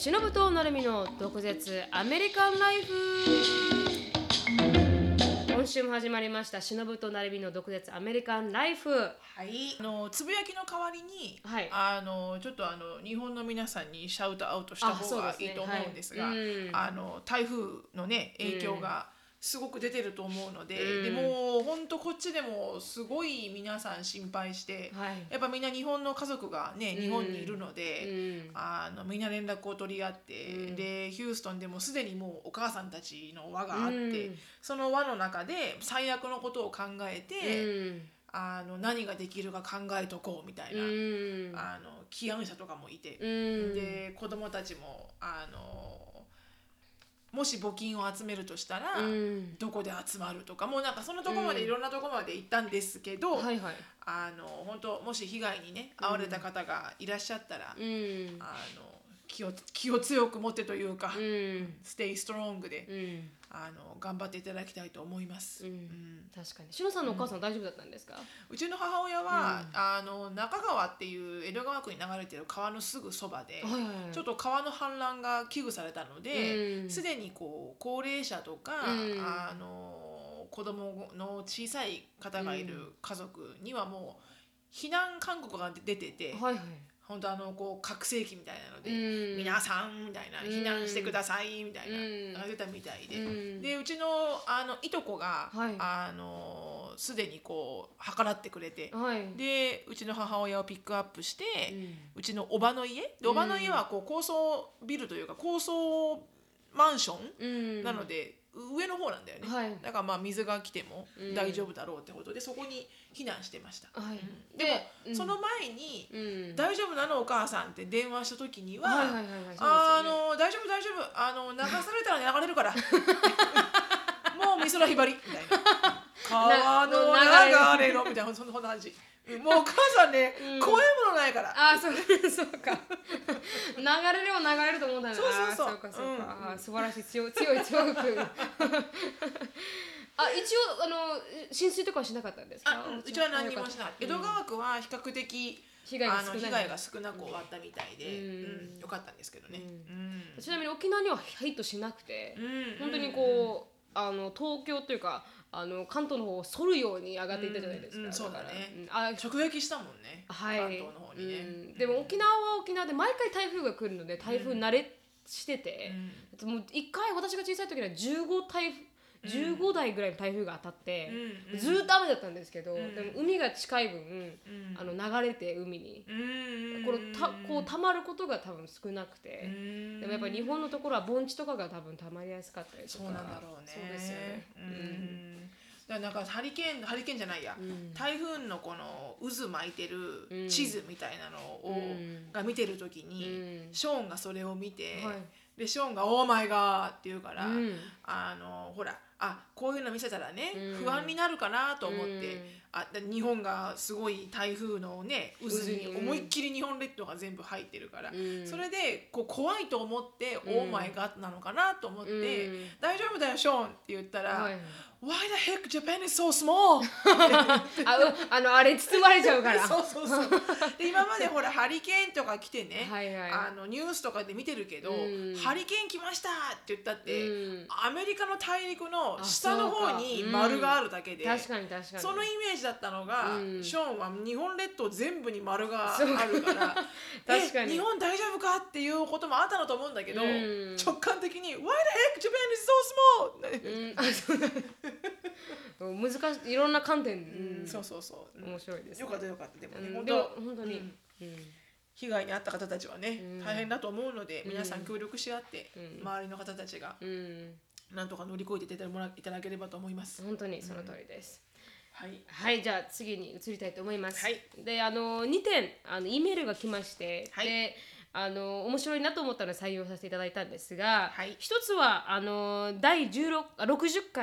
しのぶとなるみの毒舌アメリカンライフ。今週も始まりましたしのぶとなるみの毒舌アメリカンライフ。 はい、つぶやきの代わりに、 はい、 ちょっと日本の皆さんにシャウトアウトした方がいいと思うんですが、台風のね影響がすごく出てると思うので、でも本当こっちでもすごい皆さん心配して、やっぱみんな日本の家族がね日本にいるので、みんな連絡を取り合って、でヒューストンでもすでにもうお母さんたちの輪があって、その輪の中で最悪のことを考えて、何ができるか考えとこうみたいな、起案者とかもいて、で子供たちももし募金を集めるとしたら、どこで集まるとかもうなんかそのとこまで、いろんなとこまで行ったんですけど、本当もし被害にね遭われた方がいらっしゃったら、気を強く持ってというか、ステイストロングで、頑張っていただきたいと思います。 確かに。しのさんのお母さん大丈夫だったんですか？ うちの母親は、中川っていう江戸川区に流れてる川のすぐそばで、ちょっと川の氾濫が危惧されたので、すでにこう高齢者とか、子供の小さい方がいる家族にはもう避難勧告が出てて、本当こう拡声器みたいなので、皆さんみたいな避難してくださいみたいな出たみたいで、でうちのいとこが、すでにこう計らってくれて、でうちの母親をピックアップして、うちのおばの家で、おばの家はこう高層ビルというか高層マンションなので、上の方なんだよね、だからまあ水が来ても大丈夫だろうってことで、そこに避難してました。でも、その前に、大丈夫なのお母さんって電話した時には、大丈夫大丈夫、流されたら流れるからもう美空ひばりみたいな川の流れのみたいな、そんな感じ。もうお母さんね、怖いものないから。 そうか流れれば流れると思うんだよね。そうか、素晴らしい、強く一応浸水とかはしなかったんですか？ うちは何にもしない。江戸川区は比較的被害が少なく終わったみたいで、よかったんですけどね。 ちなみに沖縄にはヒットしなくて、本当にこう東京というか関東の方を反るように上がっていったじゃないですか。 そうだね。直撃したもんね、関東の方にね。 でも沖縄は沖縄で毎回台風が来るので、台風慣れしてて、もう一回私が小さい時には15台ぐらいの台風が当たって、ずーっと雨だったんですけど、でも海が近い分、流れて海に、こう溜まることが多分少なくて、でもやっぱり日本のところは盆地とかが多分溜まりやすかったりとか。 そうなんだろうね。 そうですよね。 だからなんかハリケーンじゃないや、台風のこの渦巻いてる地図みたいなのを、が見てる時に、ショーンがそれを見て、でショーンがオーマイガーって言うから、ほらこういうの見せたらね、不安になるかなと思って、日本がすごい台風のね渦に思いっきり日本列島が全部入ってるから、それでこう怖いと思って、オーマイガーなのかなと思って、大丈夫だよショーンって言ったら、Why the heck Japan is so small? あれ包まれちゃうからそうで今までほらハリケーンとか来てね、ニュースとかで見てるけど、ハリケーン来ましたって言ったって、アメリカの大陸の下の方に丸があるだけで、 確かにそのイメージだったのが、ショーンは日本列島全部に丸があるから確かに日本大丈夫かっていうこともあったのと思うんだけど、直感的に Why the heck Japan is so small? 難しい、いろんな観点、 そう面白いです、 よかったでもね、 本当に、 被害に遭った方たちはね、大変だと思うので、皆さん協力し合って、周りの方たちが、なんとか乗り越えていただければと思います。 本当にその通りです。はい、じゃあ次に移りたいと思います。で2点Eメールが来まして、で面白いなと思ったので採用させていただいたんですが、一つは第60回で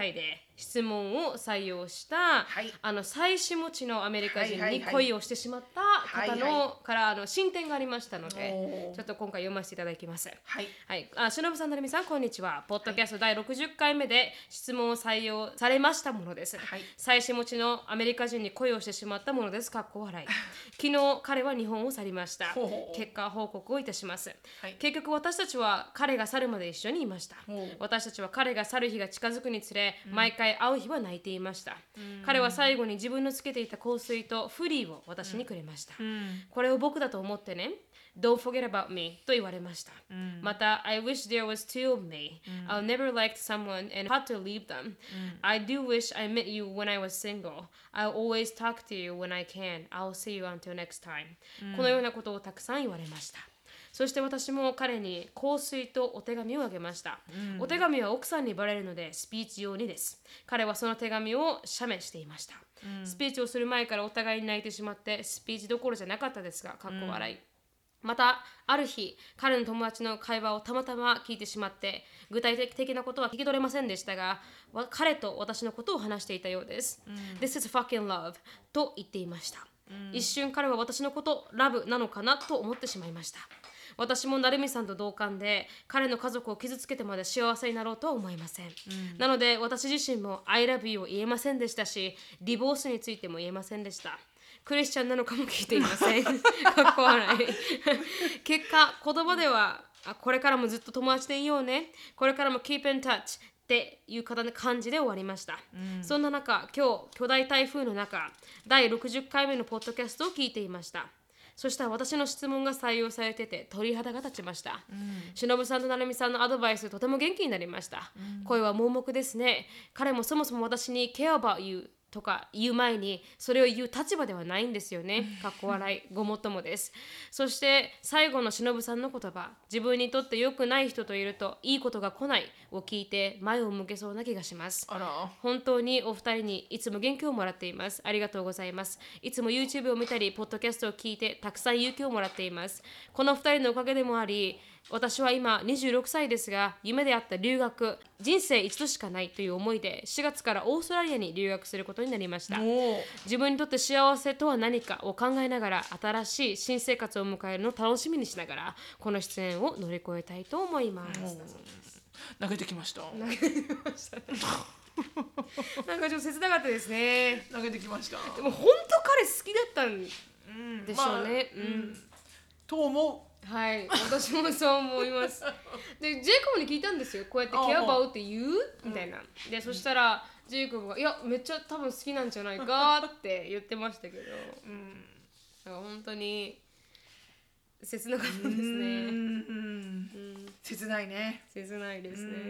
質問を採用した、妻子持ちのアメリカ人に恋をしてしまった方のから進展がありましたので、ちょっと今回読ませていただきます。しのぶさん、なるみさん、こんにちは。ポッドキャスト第60回目で質問を採用されましたものです。妻子持ちのアメリカ人に恋をしてしまったものです。かっこ笑い。昨日彼は日本を去りました。結果報告をいたします。結局私たちは彼が去るまで一緒にいました。私たちは彼が去る日が近づくにつれ、毎回会う日は泣いていました。彼は最後に自分のつけていた香水とフリーを私にくれました。これを僕だと思ってね。Don't forget about me と言われました。また、I wish there was two of me. I'll never liked someone and had to leave them. I do wish I met you when I was single. I'll always talk to you when I can. I'll see you until next time. このようなことをたくさん言われました。そして私も彼に香水とお手紙をあげました。お手紙は奥さんにバレるのでスピーチ用にです。彼はその手紙を写メしていました。スピーチをする前からお互いに泣いてしまってスピーチどころじゃなかったですが、かっこ笑い。またある日、彼の友達の会話をたまたま聞いてしまって具体的なことは聞き取れませんでしたが、彼と私のことを話していたようです。This is fucking love と言っていました。一瞬彼は私のことラブなのかなと思ってしまいました。私も成美さんと同感で、彼の家族を傷つけてまで幸せになろうとは思いません。なので私自身も I love you を言えませんでしたし、ディボースについても言えませんでした。クリスチャンなのかも聞いていません。かっこ笑い。結果、言葉ではこれからもずっと友達でいようね、これからも keep in touch っていう感じで終わりました。そんな中、今日巨大台風の中、第60回目のポッドキャストを聞いていました。そしたら私の質問が採用されてて鳥肌が立ちました。しのぶさんとなるみさんのアドバイスとても元気になりました。声は盲目ですね。彼もそもそも私に care about youとか言う前にそれを言う立場ではないんですよね。かっこ笑い、ごもっともです。そして最後のしのぶさんの言葉、自分にとって良くない人といるといいことが来ないを聞いて前を向けそうな気がします。本当にお二人にいつも元気をもらっています。ありがとうございます。いつも YouTube を見たりポッドキャストを聞いてたくさん勇気をもらっています。この二人のおかげでもあり、私は今26歳ですが、夢であった留学、人生一度しかないという思いで4月からオーストラリアに留学することになりました。自分にとって幸せとは何かを考えながら新しい新生活を迎えるのを楽しみにしながらこの出演を乗り越えたいと思います。 泣けてきました。 泣けてきましたね。なんかちょっと切なかったですね。 泣けてきました。 でも本当彼好きだったんでしょうね。 と思う。 はい、私もそう思います。で、ジェイコブに聞いたんですよ。こうやってケアバウって言うみたいな。で、そしたらジェイコブがいやめっちゃ多分好きなんじゃないかって言ってましたけど、だから本当に切なかったですね。 切ないね。 切ないですね。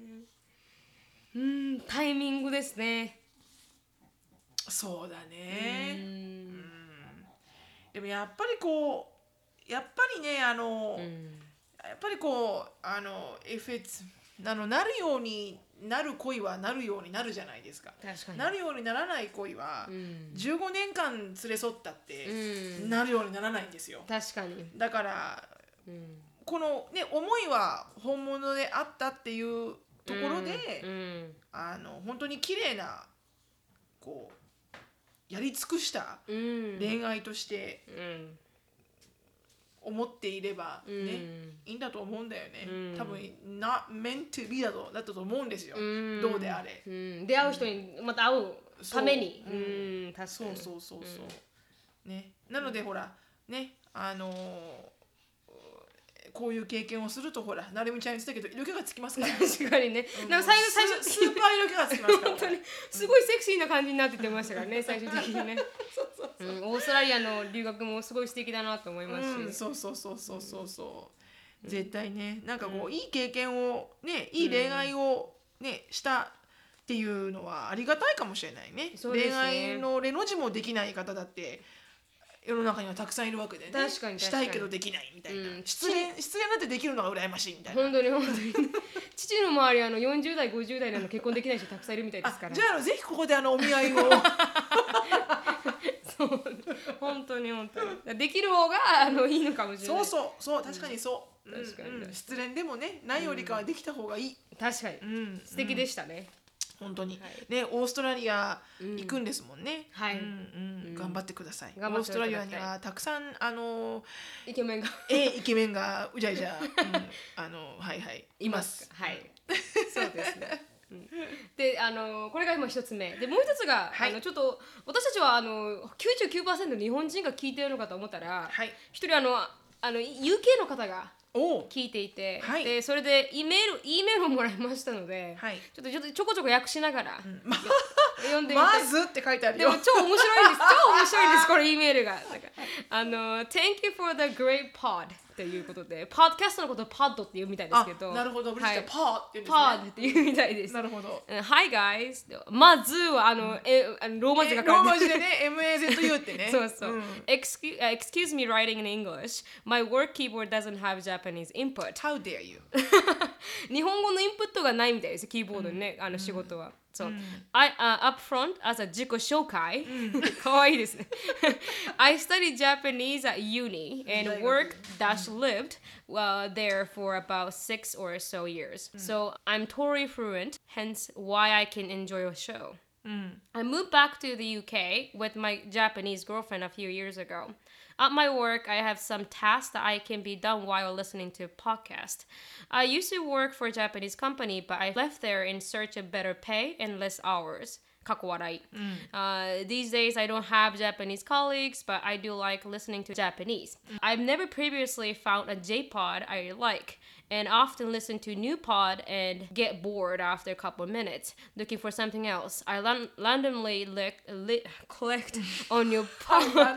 タイミングですね。 そうだね。でもやっぱりこう。やっぱりねやっぱりこうif it's なるようになる恋はなるようになるじゃないですか。 確かになるようにならない恋は、15年間連れ添ったって、なるようにならないんですよ。 確かに。 だから、このね思いは本物であったっていうところで、本当に綺麗なこうやり尽くした恋愛として、思っていればね、いいんだと思うんだよね。多分not meant to be だったと思うんですよ。どうであれ。 出会う人にまた会うために。確かに。 そうね。なのでほらねこういう経験をするとほらなるみちゃん言ってたけど色気がつきますから。 確かにね。なんか最初スーパー色気がつきますから。 本当にすごいセクシーな感じになってましたからね最終的にね。オーストラリアの留学もすごい素敵だなと思いますし。 そう。絶対ねなんかこういい経験をねいい恋愛をねしたっていうのはありがたいかもしれないね。恋愛のレの字もできない方だって。世の中にはたくさんいるわけでね。 確かにしたいけどできないみたいな、失恋なんてできるのが羨ましいみたいな。 本当に父の周り40代50代の結婚できない人たくさんいるみたいですから。 じゃあぜひここでお見合いをそう本当にできる方がいいのかもしれない。 そう確かにそう、確かに失恋でもねないよりかはできた方がいい。 確かに、素敵でしたね。 本当に、ね、オーストラリア行くんですもんね。頑張ってください。オーストラリアにはたくさんイケメンがイケメンがうじゃうじゃいます。 そうですね。でこれが今一つ目で、もう一つが、ちょっと私たちは99% 日本人が聞いてるのかと思ったら、一人UK の方が聞いていて、でそれで E メールをもらいましたので、ちょっとちょこちょこ訳しながら、読んでみて。 まずって書いてあるよ。 でも超面白いですこれ E メールが。Thank you for the great pod っていうことで、ポッドキャストのことをポッドって言うみたいですけど、 なるほど、ブリッジはポッって言うんですね。 ポッって言うみたいです。 なるほど。 Hi guys。まずはローマ字が書かれてる。 ローマ字でね、MAZU ってね。 そうそう。Excuse me writing in English. My work keyboard doesn't have Japanese input. How dare you? 日本語のインプットがないみたいです、キーボードにね、仕事は。So, up front as a 自己紹介、かわいいですね。I studied Japanese at uni and worked/lived there for about 6 or so years. So I'm totally fluent, hence why I can enjoy a show. I moved back to the UK with my Japanese girlfriend a few years ago. At my work, I have some tasks that I can be done while listening to a podcast. I used to work for a Japanese company, but I left there in search of better pay and less hours. These days, I don't have Japanese colleagues, but I do like listening to Japanese. I've never previously found a J-pod I like, and often listen to new pod and get bored after a couple of minutes, looking for something else. I randomly clicked on your pod.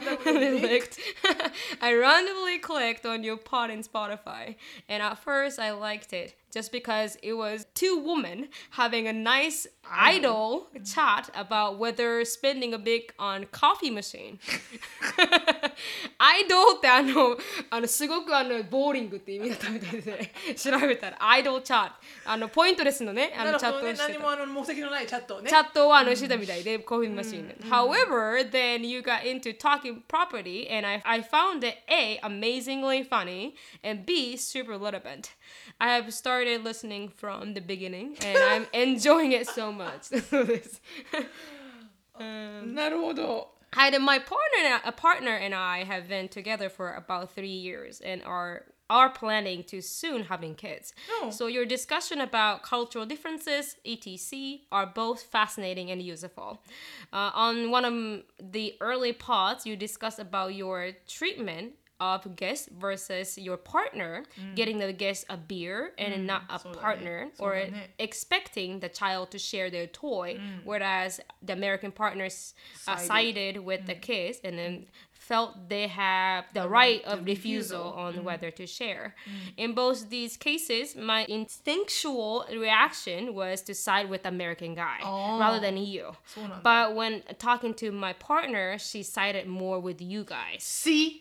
I randomly clicked on your pod in Spotify, and at first I liked it just because it was two women having a nice idle chat about whether spending a bit on coffee machine. アイドルってすごくボーリングって意味だったみたいで、調べたらアイドルチャット、ポイントレスのね、チャットをしてた。 何も目的のないチャットをね。 チャットをしてたみたいで、コーヒーマシンで。However, then you got into talking property, and I found it A, amazingly funny, and B, super relevant. I have started listening from the beginning, and I'm enjoying it so much. そうです。 なるほど。 My partner and I have been together for about 3 years and are planning to soon having kids. So your discussion about cultural differences, etc., are both fascinating and useful. On one of the early pods, you discussed about your treatment of guests versus your partner getting the guest a beer and not a partner, or expecting the child to share their toy, whereas the American partners sided with the kids and then felt they have the right of refusal on whether to share. In both these cases, my instinctual reaction was to side with the American guy rather than you. But when talking to my partner, she sided more with you guys. See?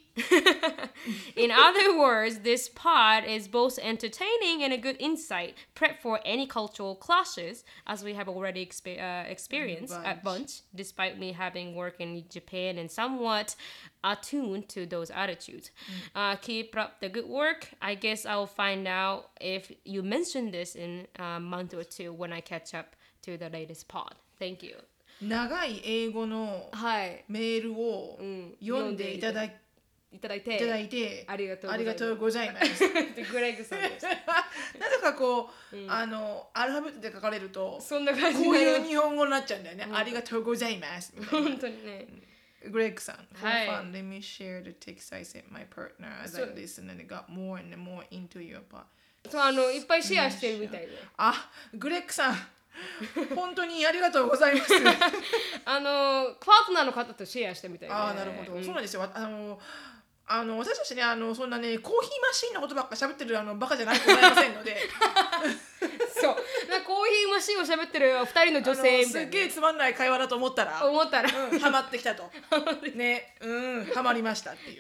In other words, this pod is both entertaining and a good insight, prep for any cultural clashes, as we have already experienced at bunch, despite me having worked in Japan and somewhat attuned to those attitudes. Keep up the good work. I guess I'll find out if you mention this in a month or two when I catch up to the latest pod. Thank you. 長い英語のメールを読んでいただいてありがとうございます。 グレッグさんです。 なぜかこう、アルファベットで書かれるとそんな感じこういう日本語になっちゃうんだよね。ありがとうございます。 本当にね。 グレッグさん。For fun, let me share the text I sent my partner as I listened and got more and more into your part. そういっぱいシェアしてるみたいで。 グレッグさん。本当にありがとうございます。 パートナーの方とシェアしたみたいで。 なるほど。そうなんですよ。私たちねそんなねコーヒーマシンのことばっか喋ってるバカじゃないと思いませんのでそうコーヒーマシンを喋ってる2人の女性みたいなすっげえつまんない会話だと思ったらハマってきたとねハマりましたっていう、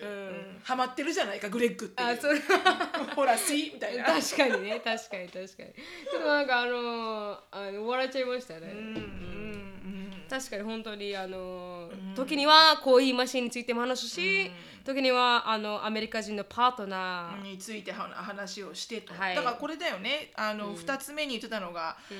ハマってるじゃないかグレッグっていうほらしみたいな確かにね確かにちょっとなんか笑っちゃいましたね。確かに本当に時にはコーヒーマシンについても話すし、時にはアメリカ人のパートナーについて話をしてと、だからこれだよね2つ目に言ってたのが、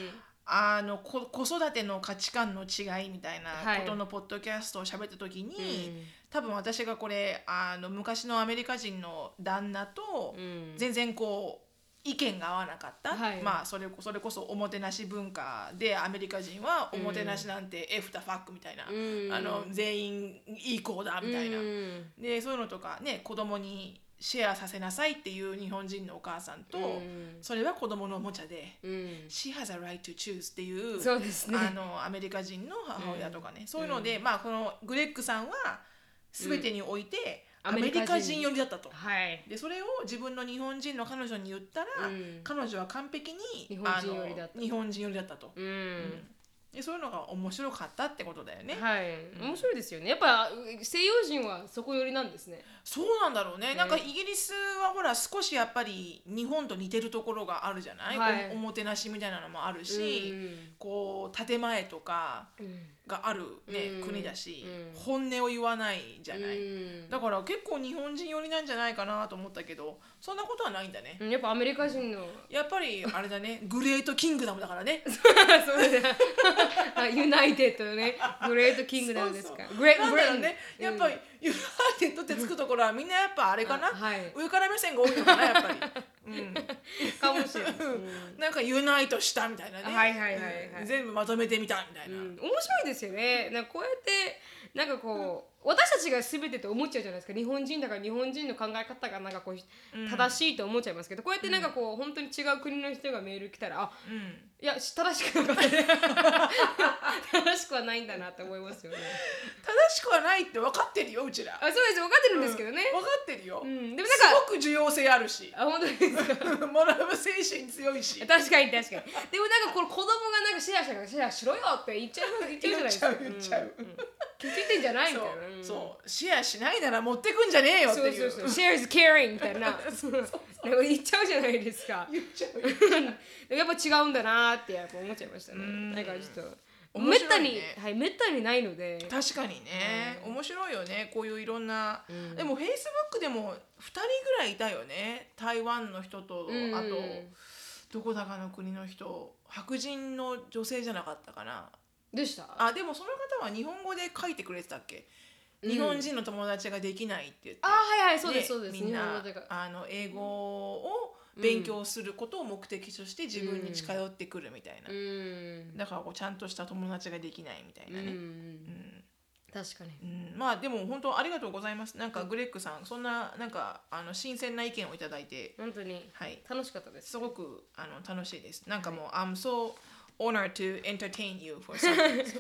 子育ての価値観の違いみたいなことのポッドキャストを喋った時に、多分私がこれ昔のアメリカ人の旦那と全然こう意見が合わなかった、まあそれこそおもてなし文化でアメリカ人はおもてなしなんてF the fuckみたいな、全員いい子だみたいな、でそういうのとかね、子供にシェアさせなさいっていう日本人のお母さんと、それは子供のおもちゃで、She has a right to choose っていう、 そうですね、 アメリカ人の母親とかね、そういうので、まあこのグレッグさんは全てにおいて、アメリカ人寄りだったと、でそれを自分の日本人の彼女に言ったら、彼女は完璧に日本人寄りだったと、でそういうのが面白かったってことだよね。 面白いですよね。やっぱ西洋人はそこ寄りなんですね。 そうなんだろうね。なんかイギリスはほら少しやっぱり日本と似てるところがあるじゃない、おもてなしみたいなのもあるし、こう建前とかがある、国だし、本音を言わないじゃない、だから結構日本人寄りなんじゃないかなと思ったけど、そんなことはないんだね。 やっぱアメリカ人のやっぱりあれだね、グレートキングダムだからね。 そうだユナイテッドね、グレートキングダムですか。グレートなんだろうね、やっぱりユナイテッドってつくところはみんなやっぱあれかな、上から目線が多いのかな、やっぱり。 かもしれない。 なんかユナイトしたみたいなね、全部まとめてみたみたいな、 面白いですよね。なんかこうやってなんかこう、私たちが全てって思っちゃうじゃないですか。日本人だから日本人の考え方がなんかこう正しいと思っちゃいますけど、こうやってなんかこう本当に違う国の人がメール来たら、いや正しくなかったね正しくはないんだなって思いますよね。 正しくはないって分かってるよ、うちら。 そうです、分かってるんですけどね。 分かってるよ。でもなんかすごく重要性あるし。 本当ですか。 学ぶ精神強いし。 確かに。でもなんかこの子供がなんかシェアしたからシェアしろよって言っちゃうじゃないですか。 言っちゃう。 気づいてんじゃないみたいな。 そうシェアしないなら持ってくんじゃねえよっていう。 そう Share is caring みたいな言っちゃうじゃないですか。 言っちゃう。 やっぱ違うんだなってやっぱ思っちゃいましたね。だからちょっとめったにないので。 確かにね、面白いよね、こういういろんな、でも Facebook でも2人ぐらいいたよね。台湾の人と、あとどこだかの国の人、白人の女性じゃなかったかな。 でした。 でもその方は日本語で書いてくれてたっけ、日本人の友達ができないって言って、 そうですそうです。 みんな英語を勉強することを目的として自分に近寄ってくるみたいな、だからこうちゃんとした友達ができないみたいなね、 確かに、 まあでも本当ありがとうございます。なんかグレッグさん、そんななんか新鮮な意見をいただいて本当に楽しかったです。 すごく楽しいです。なんかもう、I'm so honored to entertain you for some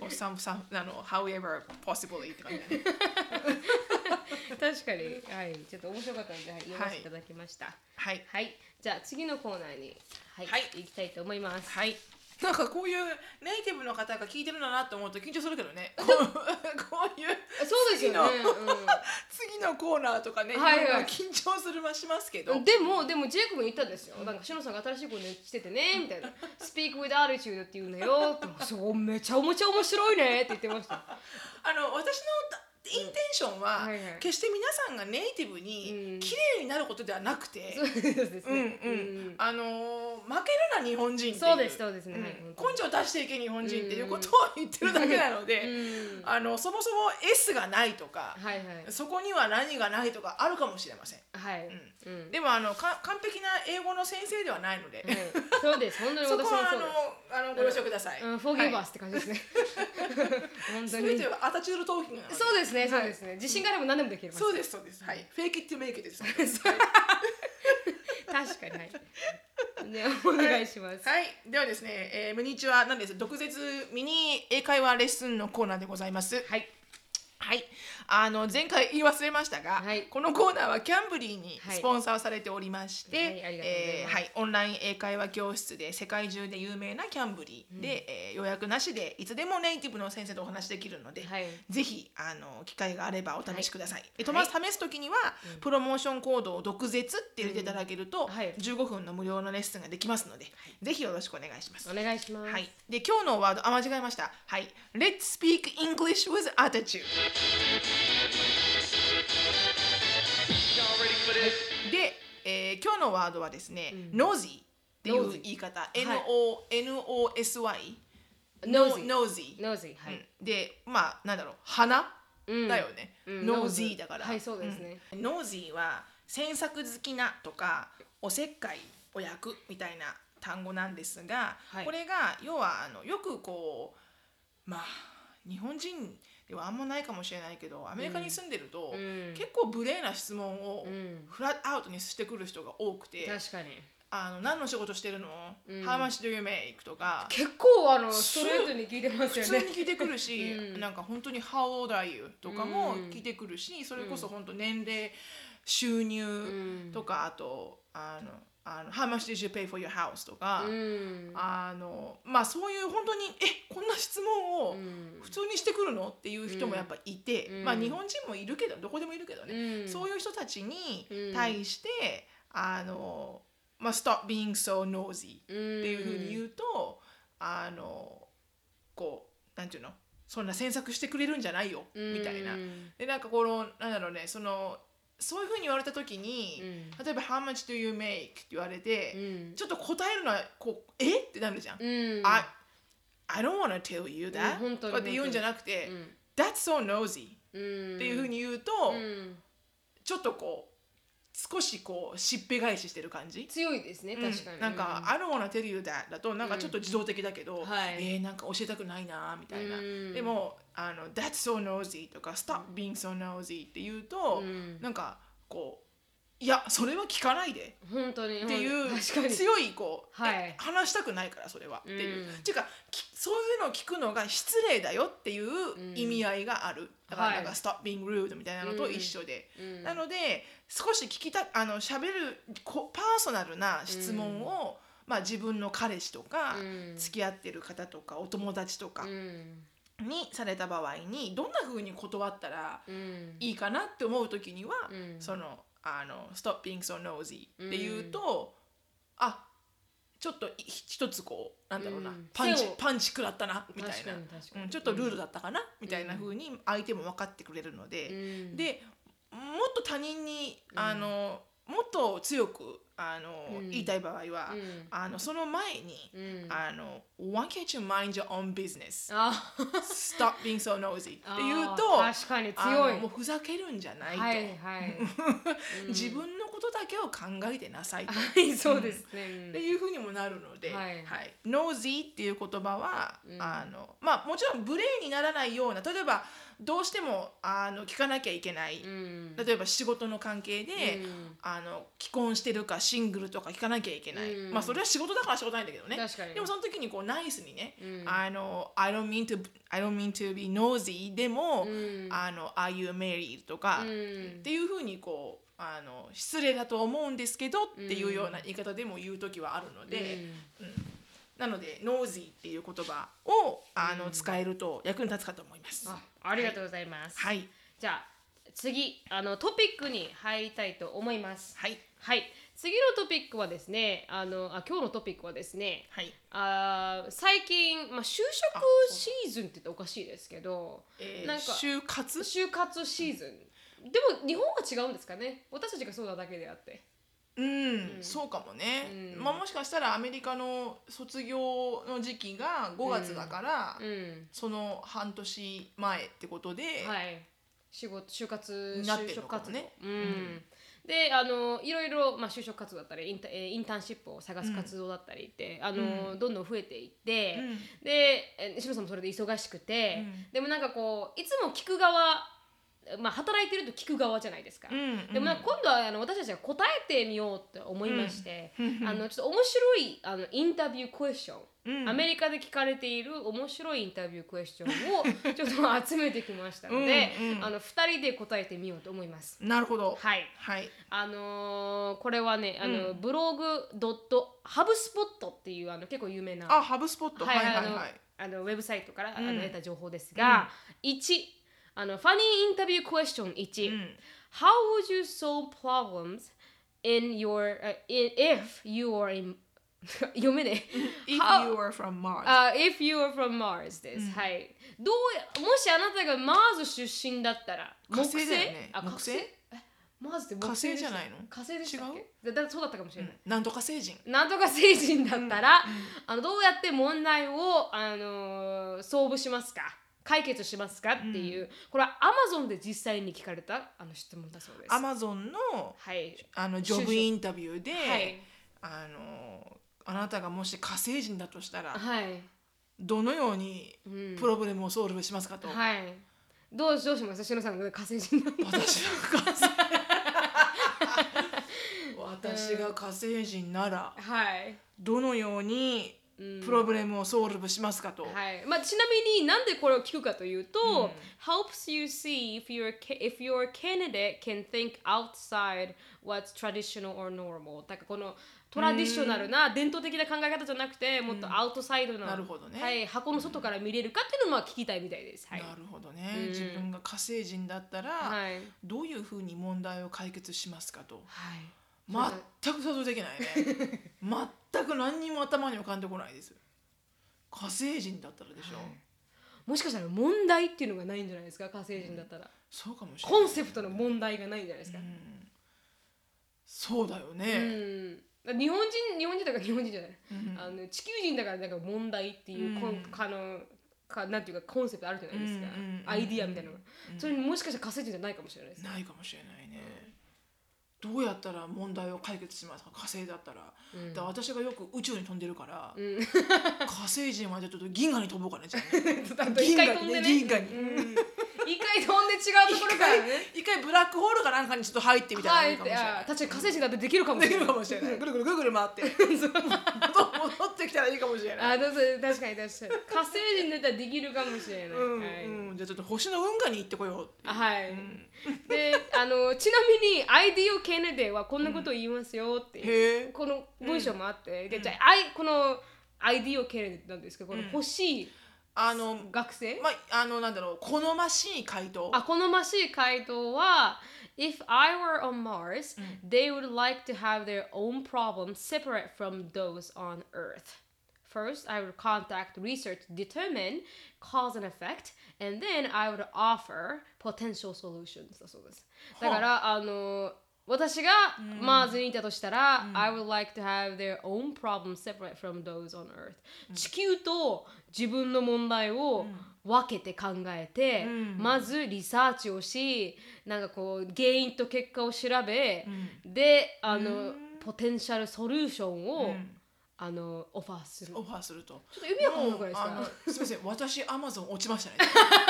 however possibly って感じでね。 確かに、ちょっと面白かったので、読ませていただきました。じゃあ次のコーナーに行きたいと思います。 なんかこういうネイティブの方が聞いてるんだなって思うと緊張するけどね。こういうそうですよね。 次のコーナーとかね、緊張するはしますけど。 でもジェイコブに言ったんですよ。なんかシノさんが新しいことしててねみたいな。Speak with attitude って言うんだよ。そうめちゃめちゃ面白いねって言ってました。 私のインテンションは決して皆さんがネイティブに綺麗になることではなくて、負けるな日本人っていう、 そうですね、 根性出していけ日本人っていうことを言ってるだけなので、そもそも S がないとか、そこには何がないとかあるかもしれません。でも完璧な英語の先生ではないので、 そうです本当に私もそうです。 そこはご了承ください。 Forgive us って感じですね。本当に。 全てはアタチュードトーキングなので。 そうですね。自信があれば何でもできる。 そうです。はい。Fake it to make it です。 確かにお願いします。 ではですね、ミニチュアなんです。毒舌ミニ英会話レッスンのコーナーでございます。前回言い忘れましたが、このコーナーはキャンブリーにスポンサーされておりまして、オンライン英会話教室で世界中で有名なキャンブリーで、予約なしでいつでもネイティブの先生とお話できるので、ぜひ機会があればお試しください。試す時には、プロモーションコードを毒舌って入れていただけると、15分の無料のレッスンができますので、ぜひよろしくお願いします。 お願いします。 で今日のワード間違えました。Let's speak English with attitude。で、今日のワードはですね、nosy っていう言い方、NOSY nosy、 はい、 で、まあなんだろう、鼻だよね、nosy だから、 はい、そうですね、 nosy は詮索好きなとかおせっかいお役みたいな単語なんですが、これが要はよくこう、まあ日本人ではあんまないかもしれないけど、アメリカに住んでると、結構無礼な質問をフラットアウトにしてくる人が多くて、 確かに何の仕事してるの、How much do you make とか結構ストレートに聞いてますよね。 普通に聞いてくるし、なんか本当に How old are you とかも聞いてくるし、それこそ本当年齢、収入とか、あとHow much did you pay for your house とか、まあそういう本当にこんな質問を普通にしてくるのっていう人もやっぱいて、まあ日本人もいるけど、どこでもいるけどね、そういう人たちに対してまあ、stop being so nosy っていうふうに言うと、こうなんていうの、そんな詮索してくれるんじゃないよみたいな。でなんかなんだろうね、そういうふうに言われた時に、例えば How much do you make って言われて、ちょっと答えるのはこうってなるじゃん。I don't want to tell you that、とかって言うんじゃなくて、That's so nosy っていうふうに言うと、ちょっとこう少しこうしっぺ返ししてる感じ、 強いですね、確かに。 なんか I don't wanna tell you that だとなんかちょっと自動的だけど、なんか教えたくないなみたいな、でもThat's so nosy とか Stop being so nosy って言うと、なんかこういやそれは聞かないで本当にっていう強いこう、話したくないからそれはっていう、っていうかそういうのを聞くのが失礼だよっていう意味合いがある。だからなんか Stop being rude みたいなのと一緒で、なので少し喋るパーソナルな質問を、まあ自分の彼氏とか、付き合ってる方とかお友達とかにされた場合にどんな風に断ったらいいかなって思う時には、Stop being so nosy っていうと、ちょっと一つこうなんだろうな、パンチ食らったなみたいな、ちょっとルールだったかなみたいな風に相手も分かってくれるので、でもっと他人にもっと強く言いたい場合は、その前に、Why can't you mind your own business? Stop being so nosy って言うと、 確かに強い。 もうふざけるんじゃないと、自分のことだけを考えてなさいと、 そうですね、 っていうふうにもなるので、nosy っていう言葉は、まあもちろん無礼にならないような、例えばどうしても聞かなきゃいけない、例えば仕事の関係で、既婚してるかシングルとか聞かなきゃいけない、まあそれは仕事だから仕事ないんだけどね、でもその時にこうナイスにね、I don't mean to be nosy でも、Are you married とか、っていうふうにこう失礼だと思うんですけどっていうような言い方でも言う時はあるので、なので nosy っていう言葉を使えると役に立つかと思います。 ありがとうございます。じゃあ次トピックに入りたいと思います。次のトピックはですね、今日のトピックはですね、最近、就職シーズンって言っておかしいですけど、 なんか就活シーズンでも日本は違うんですかね。私たちがそうなだけであって。 そうかもね、まあ、もしかしたらアメリカの卒業の時期が5月だから、その半年前ってことで、 就活になってるのかもね。 でいろいろ、就職活動だったりインターンシップを探す活動だったりってどんどん増えていって、でしのさんもそれで忙しくて、でもなんかこういつも聞く側、働いてると聞く側じゃないですか、でも今度は私たちが答えてみようと思いまして、ちょっと面白いインタビュークエスチョン、アメリカで聞かれている面白いインタビュークエスチョンをちょっと集めてきましたので2人で答えてみようと思います。 なるほど。 これはねブログハブスポットっていう結構有名なハブスポット、 ウェブサイトから得た情報ですが、1ファニーインタビュークエスチョン1、How would you solve problems in your if you are in 読めね If you are from Mars、 if you are from Mars です、もしあなたがマーズ出身だったら火星だよね。木星マジで火星じゃないの？ 火星でしたっけ？そうだったかもしれない。 なんとか星人。 なんとか星人だったら、どうやって問題をsolve しますか？解決しますかっていう、これは Amazon で実際に聞かれた質問だそうです。 Amazon の、 はい、 ジョブインタビューで、 はい、 あなたがもし火星人だとしたら、 はい、 どのようにプロブレムをソウルしますかと。 はい。どうします？しのさんが火星人なんで。 私が火星人なら、 はい、 どのようにプロブレムをソウルしますかと。 はい。まあ、ちなみになんでこれを聞くかというと、helps you see if your candidate can think outside what's traditional or normal。だからこのトラディショナルな伝統的な考え方じゃなくて、もっとアウトサイドの、 なるほどね、 はい、箱の外から見れるかっていうのを聞きたいみたいです。はい、 なるほどね、自分が火星人だったら、はい、どういうふうに問題を解決しますかと。はい、全く想像できないね。全く何にも頭に浮かんでこないです。火星人だったらでしょ、はい、 もしかしたら問題っていうのがないんじゃないですか、火星人だったら。 そうかもしれない。 コンセプトの問題がないんじゃないですか。 そうだよね。 日本人だから日本人じゃない、地球人だからなんか問題っていう、なんていうかコンセプトあるじゃないですか、アイディアみたいなのが、それにもしかしたら火星人じゃないかもしれないです。 ないかもしれないね。どうやったら問題を解決しますか、火星だったら。だから私がよく宇宙に飛んでるから、火星人はちょっと銀河に飛ぼうかね。じゃあね一回飛んでね、 銀河に、 一回飛んで違うところからね、 一回ブラックホールかなんかにちょっと入ってみたいなのいいかもしれない。 確かに火星人だってできるかもしれない。 ぐるぐる回って戻ってきたらいいかもしれない。 確かに火星人だったらできるかもしれない。 じゃあちょっと星の運河に行ってこよう。 はい。でちなみにアイディオ・ケネディはこんなことを言いますよっていう、この文章もあって、じゃあこのアイディオ・ケネディなんですけど、この欲しい学生、 なんだろう、好ましい回答。 好ましい回答は If I were on Mars, they would like to have their own problems separate from those on Earth. First, I would contact research to determine cause and effect, and then I would offer potential solutions だそうです。だから私がマーズにいたとしたら、I would like to have their own problems separate from those on Earth、地球と自分の問題を分けて考えて、まずリサーチをし、なんかこう原因と結果を調べ、でポテンシャルソリューションを、オファーすると。ちょっと意味わかんなくないですか？ すみません、私アマゾン落ちましたね。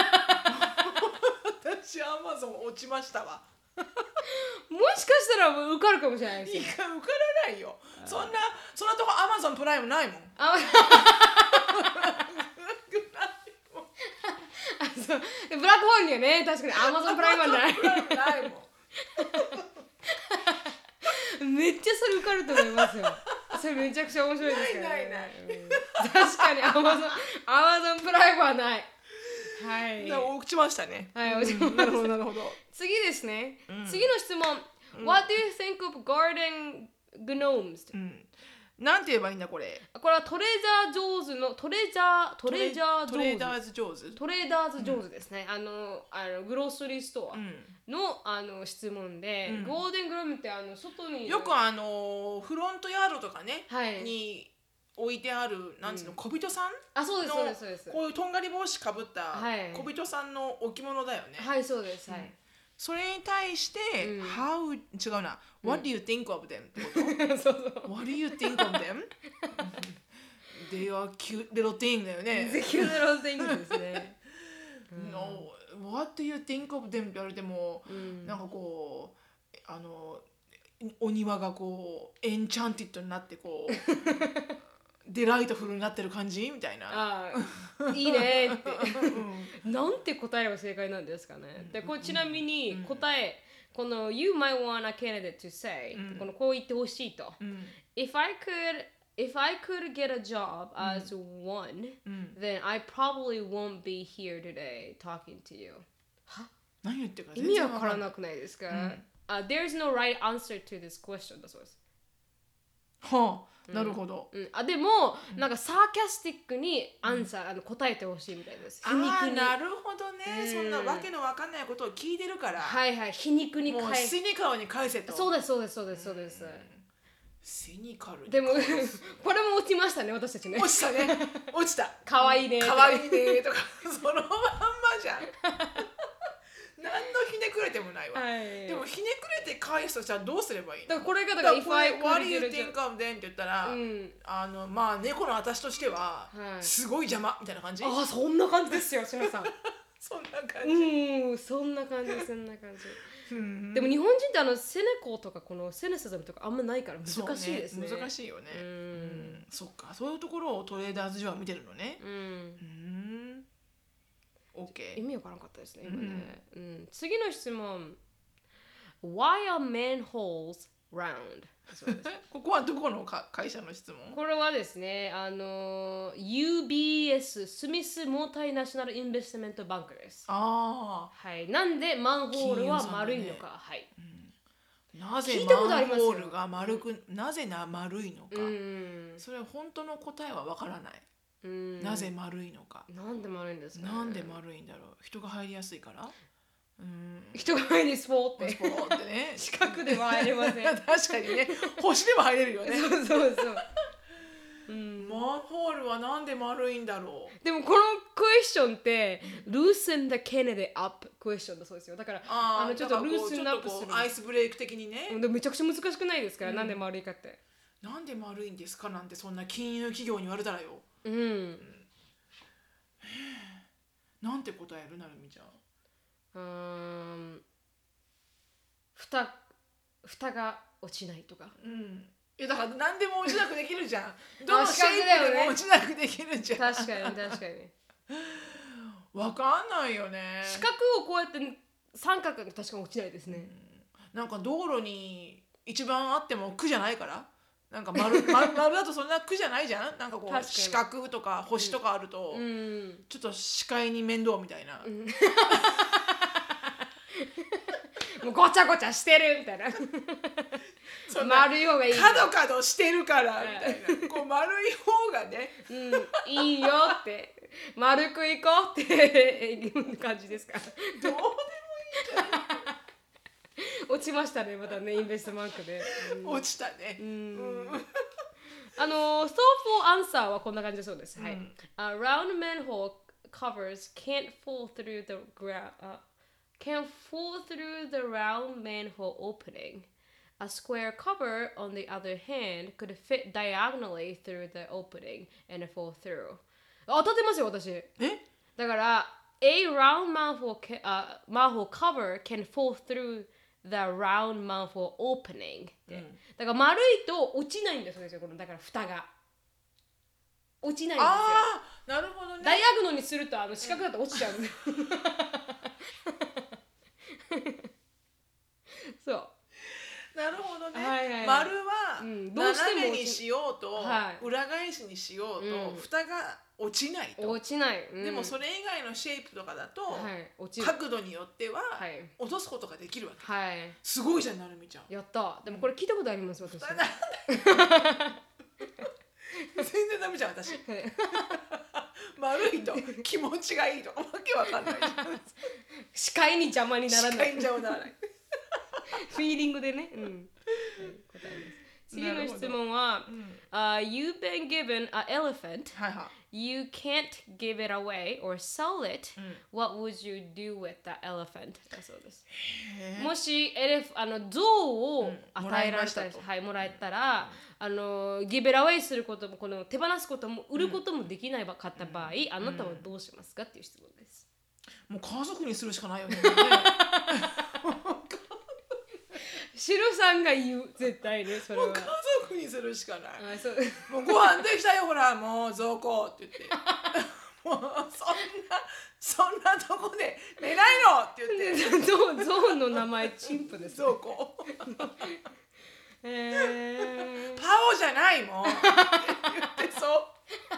私アマゾン落ちましたわ。 もしかしたら受かるかもしれないですよ。 受からないよ。そんなとこアマゾンプライムないもん。 そうブラックホールにはね、確かにアマゾンプライムはない。めっちゃそれ受かると思いますよ。それめちゃくちゃ面白いですからね。確かにアマゾンプライムはない。はい。 落ちましたね。 はい、落ちました。 なるほど。 次ですね。次の質問。What do you think of garden gnomes？ なんて言えばいいんだこれ。 これはトレーダーズ・ジョーズですね。グロッサリーストアの質問で、ゴールデングロムって外によくフロントヤードとかねに置いてあるなんつうの、小人さんの、 そうですこういうとんがり帽子かぶった小人さんの置物だよね。 はい、そうです。はい。 それに対して、違うな、What do you think of them? ってことそう。What do you think of them? They are cute little thing だよね。 cute little thing ですね。 What do you think of them? って言われても、なんかこう、お庭がこう、エンチャンティッドになってこう、デライトフルになってる感じみたいな。 いいねってなんて答えれば正解なんですかね。でこれちなみに答え、この You might want a candidate to say、このこう言ってほしいと、If I could get a job as one、then I probably won't be here today talking to you。 何言ってるか意味わからなくないですか？There's no right answer to this question だそうです。 はあ、なるほど。 でも、なんかサーキャスティックにアンサー、答えてほしいみたいです。 皮肉に。なるほどね、そんなわけのわかんないことを聞いてるから。 はいはい、皮肉に返す。もうシニカルに返せと。 そうですそうですそうですそうです。 シニカル。 でもこれも落ちましたね、私たちね。 落ちたね。落ちた。 可愛いね。 可愛いねとかそのまんまじゃん。何のひねくれてもないわ。でもひねくれて返すとしたらどうすればいいの？ だからこれがだから If I What do you think of them って言ったら、まあ猫の私としてはすごい邪魔みたいな感じ。 あ、そんな感じですよ、しのさん。 そんな感じ。 そんな感じ、そんな感じ。でも日本人ってセネコとかこのセネシズムとかあんまないから難しいですね。 難しいよね。そっか、そういうところをトレーダーズジョーは見てるのね。 意味わからなかったですね、今ね。次の質問。Why are manholes round? ここはどこの会社の質問？ これはですね、UBS スミスモータイナショナルインベストメントバンクです。はい。なんでマンホールは丸いのか。はい。 なぜマンホールが丸く、なぜ丸いのか。それは本当の答えはわからない。なぜ丸いのか。 なんで丸いんですか？ なんで丸いんだろう。人が入りやすいから。 人が入りスポーってスポーってね。 四角では入れません。 確かにね。星でも入れるよね。 そうそうそう。 マンホールはなんで丸いんだろう。でもこのクエスチョンってloosen the Kennedy up クエスチョンだそうですよ。だからちょっとルースンアップする。 アイスブレイク的にね。 でもめちゃくちゃ難しくないですか？なんで丸いかって。 なんで丸いんですかなんてそんな金融企業に言われたらよ。なんて答えるなるみちゃん。 蓋が落ちないとか。 いやだから何でも落ちなくできるじゃん。どのシェイプでも落ちなくできるじゃん。 確かに確かに。 わかんないよね。 四角をこうやって三角が確かに落ちないですね。 なんか道路に一番あっても苦じゃないから。なんか丸だとそんな苦じゃないじゃん。なんかこう四角とか星とかあると、ちょっと視界に面倒みたいな。 もうごちゃごちゃしてるみたいな。丸い方がいい。 角してるからみたいな。こう丸い方がね。 いいよって。丸くいこうっていう感じですか。 どうでもいいじゃん。 落ちましたね、またね、インベストバンクで。 落ちたね。 そうフォーアンサーはこんな感じだそうです。はい。Round manhole covers can't fall through the round manhole opening. A square cover, on the other hand, could fit diagonally through the opening and fall through. 当たってますよ、私。だから、A round manhole cover can fall through the round manhole opening って、だから丸いと落ちないんだそうですよ。このだから蓋が落ちないんですよ。 なるほどね。 ダイアグノにすると四角だと落ちちゃうんです。そう。 なるほどね。丸は斜めにしようと、裏返しにしようと、蓋が落ちないと。 落ちない。 でもそれ以外のシェイプとかだと、角度によっては落とすことができるわけ。すごいじゃん、なるみちゃん。 やった。でもこれ聞いたことあります、私。 全然ダメじゃん、私。丸いと気持ちがいいとかわけわかんない。 視界に邪魔にならない。 視界に邪魔にならない。 フィーリングでね。次の質問は、You've been given an elephant. You can't give it away or sell it. What would you do with the elephant? だそうです。もし象を与えられたら、もらえたら、ギブラウェイすることも、この手放すことも売ることもできないかった場合、あなたはどうしますかっていう質問です。 もう家族にするしかないよね。 シロさんが言う、絶対ね、それは。 もう家族にするしかない。もうご飯できたよ、ほら、もう象子って言って。もうそんなとこで寝ないのって言って。 象の名前チンプです。 象子。パオじゃないもん。言ってそう。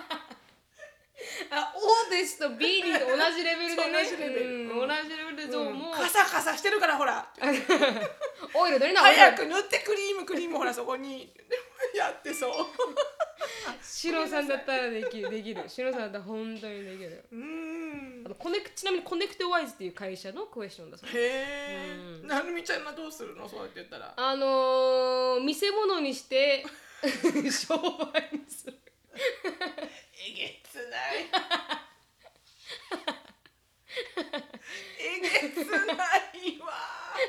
O ですと B に同じレベルでね。同じレベルで象も。 カサカサしてるからほら。 オイルどれな。 早く塗ってクリームほらそこに。 やってそう。 シロさんだったらできる。シロさんだったら本当にできる。ちなみにコネクトワイズっていう会社のクエスチョンだそうです。 へえ。なるみちゃんはどうするの？そうやって言ったら。 見せ物にして商売にする。 えげつない。えげつないわ。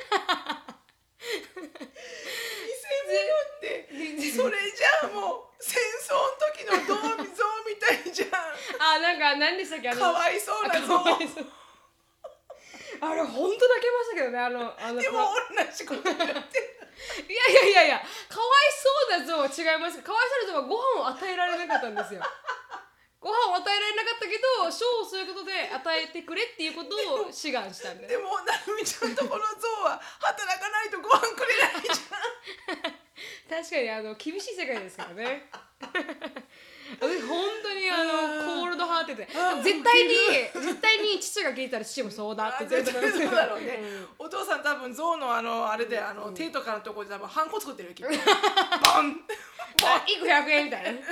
偽物ってそれじゃあもう戦争の時の像みたいじゃん。 なんか何でしたっけ、 かわいそうな像。 あれ本当泣けましたけどね、 でも同じこと言ってる。 いやかわいそうな像は違います。かわいそうな像はご飯を与えられなかったんですよ。ご飯を与えられなかったけど、賞をそういうことで与えてくれっていうことを志願したんで。 でもなるみちゃんとこの像は働かないとご飯くれないじゃん。 確かに厳しい世界ですからね。私本当にコールドハーテで絶対に父が聞いたら父もそうだって絶対そうだろうね。お父さん多分象のあれで手とかのところで多分ハンコ作ってるよきっと。ボン 1個100円みたいな。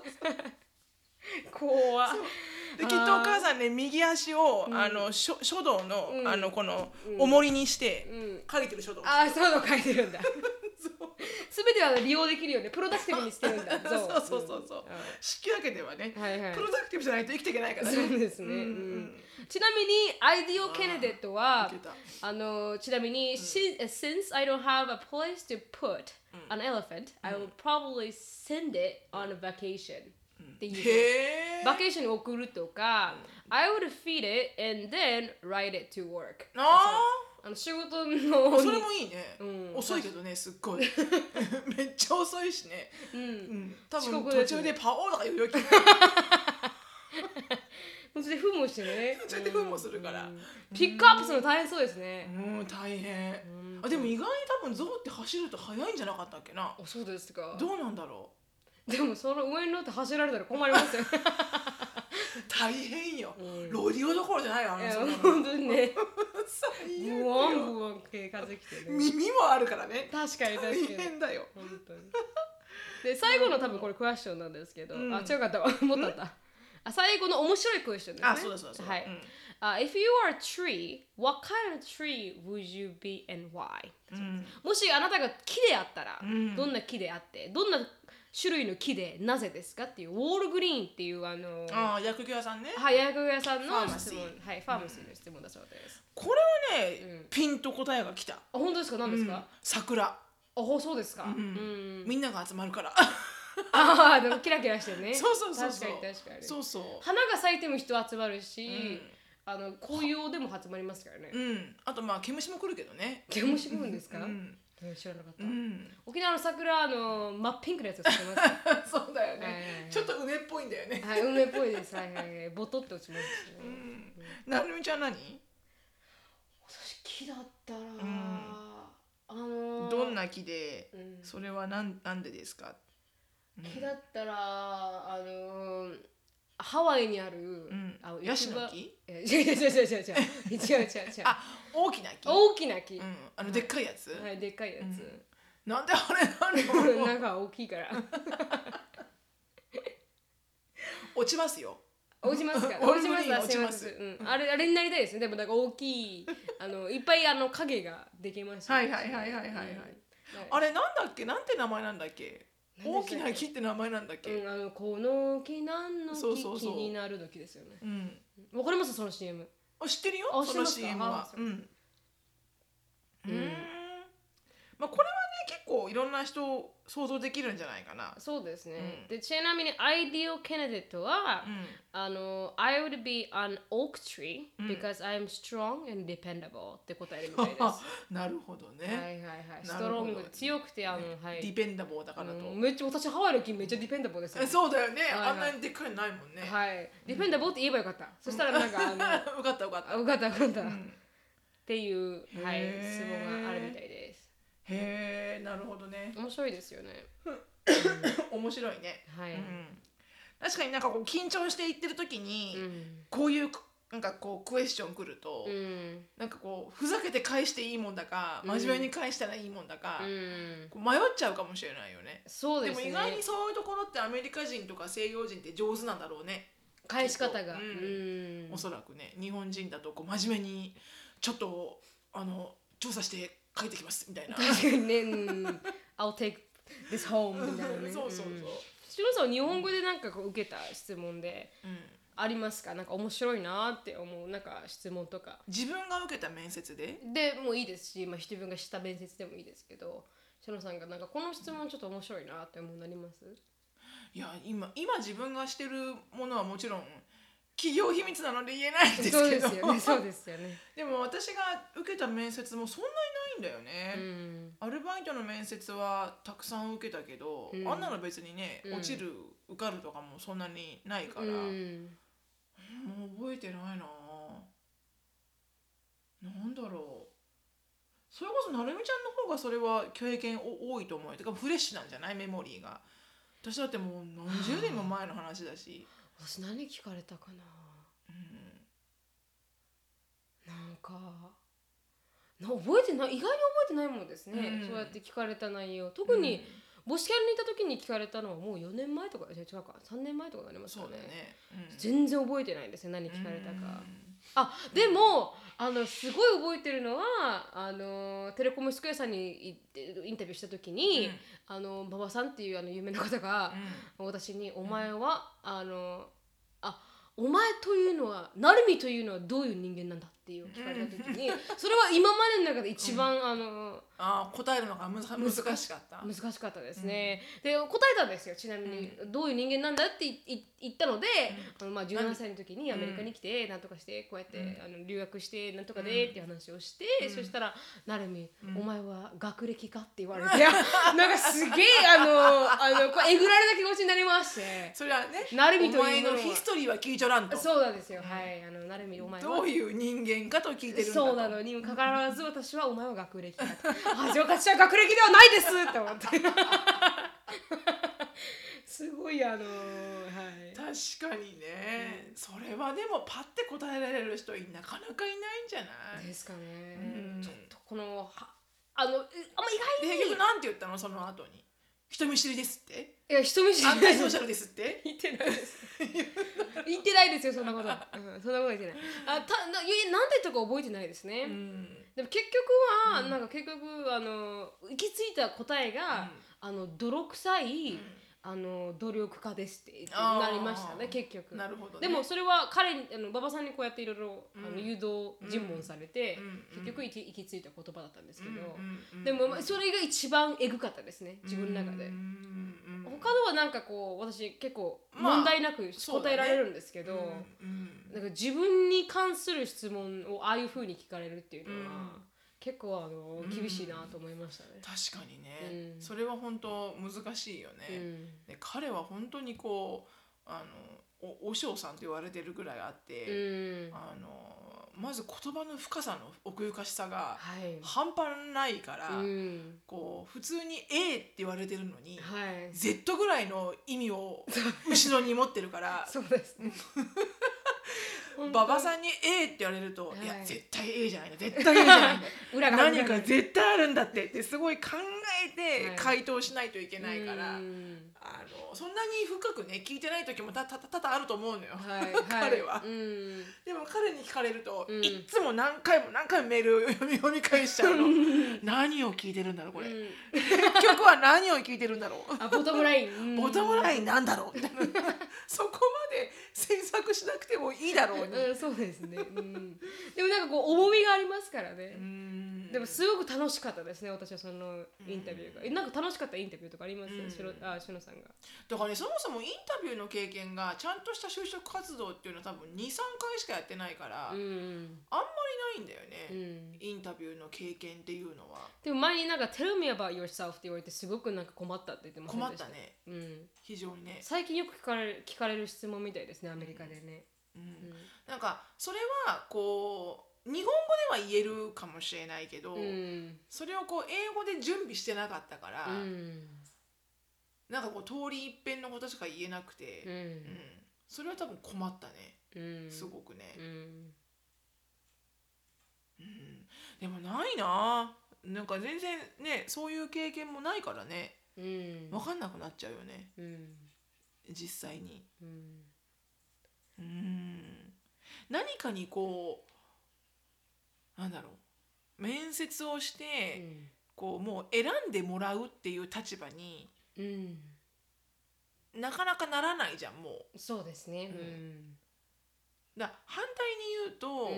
怖っ。 できっとお母さんね、右足を書道のこの重りにして書いてる書道。 そういうの書いてるんだ。すべては利用できるよね。プロダクティブにしてるんだ。 そう式分けではね、プロダクティブじゃないと生きていけないからね。 そうですね。ちなみにアイディオ・ケネデットはちなみに since I don't have a place to put an elephant, I will probably send it on a vacation. っていうバケーションに送るとか、I would feed it and then ride it to work。仕事のそれもいいね。遅いけどね、すっごい。めっちゃ遅いしね。多分途中でパオーとか言うよ。 途中でフンもしてね。 途中でフンもするから。 ピックアップするの大変そうですね。 大変。でも意外に多分ゾウって走ると速いんじゃなかったっけな。 そうですか。 どうなんだろう。でもその上に乗って走られたら困りますよ。 大変よ。ロディオどころじゃないよ。 本当にね。ブワンブワン風来てね。 耳もあるからね。 確かに大変だよ。 本当に。で最後の多分これクエスチョンなんですけど、違かったわ。もっとあった。最後の面白いクエスチョンですね。 そうだ。 はい。If you are a tree, what kind of tree would you be and why? もしあなたが木であったら、どんな木であって、どんな種類の木でなぜですかっていうウォールグリーンっていう薬局屋さんね。 はい、薬局屋さんの質問、はい、ファーマシーの質問だそうです。 これはね、ピンと答えが来た。 本当ですか？何ですか？ 桜。 そうですか。 みんなが集まるから。 でもキラキラしてるね。 そう。 確かに。 そう。 花が咲いても人集まるし、紅葉でも集まりますからね。 あと毛虫も来るけどね。 毛虫来るんですか？知らなかった。沖縄の桜真っピンクのやつが咲きます。 そうだよね。ちょっと梅っぽいんだよね。 はい、梅っぽいです。ボトって落ちます。 なるみちゃん何？ 私木だったらどんな木でそれはなんでですか？ 木だったらハワイにあるヤシの木？ 違う。 大きな木？ 大きな木。 でっかいやつ？ はい、でっかいやつ。 なんであれなの？ なんか大きいから。 落ちますよ。 落ちますか？落ちます。あれになりたいですね。でもなんか大きいいっぱい影ができました。 はい。あれなんだっけ？なんて名前なんだっけ？大きな木って名前なんだっけ？ この木何の木？気になるの木ですよね。わかりますその CM？ 知ってるよ。その CM は。これはね結構いろんな人想像できるんじゃないかな。 そうですね。でちなみにアイディオ・ケネデットはI would be an oak tree because I'm strong and dependable って答えるみたいです。 なるほどね。 はい。ストロング強くてディペンダボーだからと。 めっちゃ私ハワイの木めっちゃディペンダボーですよ。 そうだよね。あんなにでっかいのないもんね。 はい。ディペンダボーって言えばよかった。そしたらなんかよかった。 っていう質問があるみたいです。 へえ、なるほどね。 面白いですよね。 面白いね。 はい。 確かになんかこう緊張していってる時にこういうなんかこうクエスチョン来ると、なんかこうふざけて返していいもんだか、真面目に返したらいいもんだか、こう迷っちゃうかもしれないよね。 そうですね。 でも意外にそういうところってアメリカ人とか西洋人って上手なんだろうね。 返し方が、 おそらくね。日本人だとこう真面目にちょっと調査して書いてきますみたいな。 確かにね、I'll take this home みたいなね。 そうそうそう。 しのさんは日本語でなんかこう受けた質問でありますか？なんか面白いなって思うなんか質問とか。 自分が受けた面接でもいいですし、自分がした面接でもいいですけど、しのさんがなんかこの質問ちょっと面白いなって思うなります？ いや今自分がしてるものはもちろん企業秘密なので言えないんですけど、 そうですよね、そうですよね。 でも私が受けた面接もそんなにないんだよね。アルバイトの面接はたくさん受けたけど、あんなの別にね、落ちる受かるとかもそんなにないから、もう覚えてないな。なんだろう。それこそなるみちゃんの方がそれは経験多いと思うよ。てかフレッシュなんじゃない？メモリーが。私だってもう何十年も前の話だし。 私何聞かれたかな、なんか覚えてない、意外に覚えてないもんですね、そうやって聞かれた内容。特に、ボシキャルにいた時に聞かれたのはもう4年前とか、違うか3年前とかになりますかね。そうだね、全然覚えてないんですよ、何聞かれたか。でもすごい覚えてるのはテレコムスクエアさんに行ってインタビューした時に、馬場さんっていう有名な方が、私にお前はお前というのはナルミというのはどういう人間なんだっていう聞かれた時に、それは今までの中で一番、 答えるのが難しかった難しかったですね、で答えたんですよ。ちなみに、どういう人間なんだって言ったので、17歳の時にアメリカに来て、なんとかしてこうやって、留学してなんとかでっていう話をして、そしたら「ナルミ、お前は学歴か?」って言われてなんかすげえこうえぐられた気持ちになりまして。 それはね、 ナルミというものはお前のヒストリーは聞いちょらんと。 そうなんですよ、はい。ナルミ、お前はどういう人間かと聞いてるんだと。 そうなのにもかかわらず、私はお前は学歴だと私は学歴ではないですって思ってすごいはい、 確かにね、それはでもパッて答えられる人なかなかいないんじゃないですかね、ちょっとこの意外に結局なんて言ったの、その後に。人見知りですって？ いや、人見知りアンタイソーシャルですって言ってないです言ってないですよ、そんなこと、そんなこと言ってない。なんて言ったか覚えてないですね、でも結局は、なんか結局行き着いた答えが、泥臭い努力家ですってなりましたね、結局。 なるほどね。 でもそれは馬場さんにこうやっていろいろ誘導尋問されて、結局行き着いた言葉だったんですけど、でもそれが一番エグかったですね、自分の中で。他のはなんかこう私結構問題なく答えられるんですけど、なんか自分に関する質問をああいう風に聞かれるっていうのは、結構厳しいなと思いましたね。 確かにね、それは本当難しいよね。で彼は本当にこうお嬢さんと言われてるぐらいあって、まず言葉の深さの奥ゆかしさが半端ないから、こう普通に A って言われてるのに、Z ぐらいの意味を後ろに持ってるからそうですね馬場さんに A って言われると、いや絶対 A じゃないんだ、絶対 A じゃないんだ何か絶対あるんだってすごい考えて回答しないといけないから、そんなに深くね聞いてない時も多々あると思うのよ、彼は。でも彼に聞かれると、いつも何回もメール読み返しちゃうの何を聞いてるんだろうこれ、結局は何を聞いてるんだろうボトムラインボトムラインなんだろうみたいなそこまで詮索しなくてもいいだろうに、 そうですね、でもなんかこう重みがありますからね。でもすごく楽しかったですね、私はそのインタビューが。なんか楽しかったインタビューとかあります？しのさんが。 だからね、そもそもインタビューの経験がちゃんとした就職活動っていうのは多分 2,3 回しかやってないから、あんまりないんだよね、インタビューの経験っていうのは。 でも前になんか Tell me about yourself って言われてすごくなんか困ったって言ってましたね。 困ったね、非常にね。 最近よく聞かれる質問みたいですね、アメリカでね。 なんかそれはこう日本語では言えるかもしれないけど、それをこう英語で準備してなかったから、なんかこう通り一遍のことしか言えなくて、 それは多分困ったね、 うん、 すごくね、 うんうん、でもないな、なんか全然ねそういう経験もないからね、 うん、 分かんなくなっちゃうよね、 うん実際に。 うんうん何かにこうなんだろう、面接をして、こうもう選んでもらうっていう立場にうん、 なかなかならないじゃんもう。 そうですね。 反対に言うと、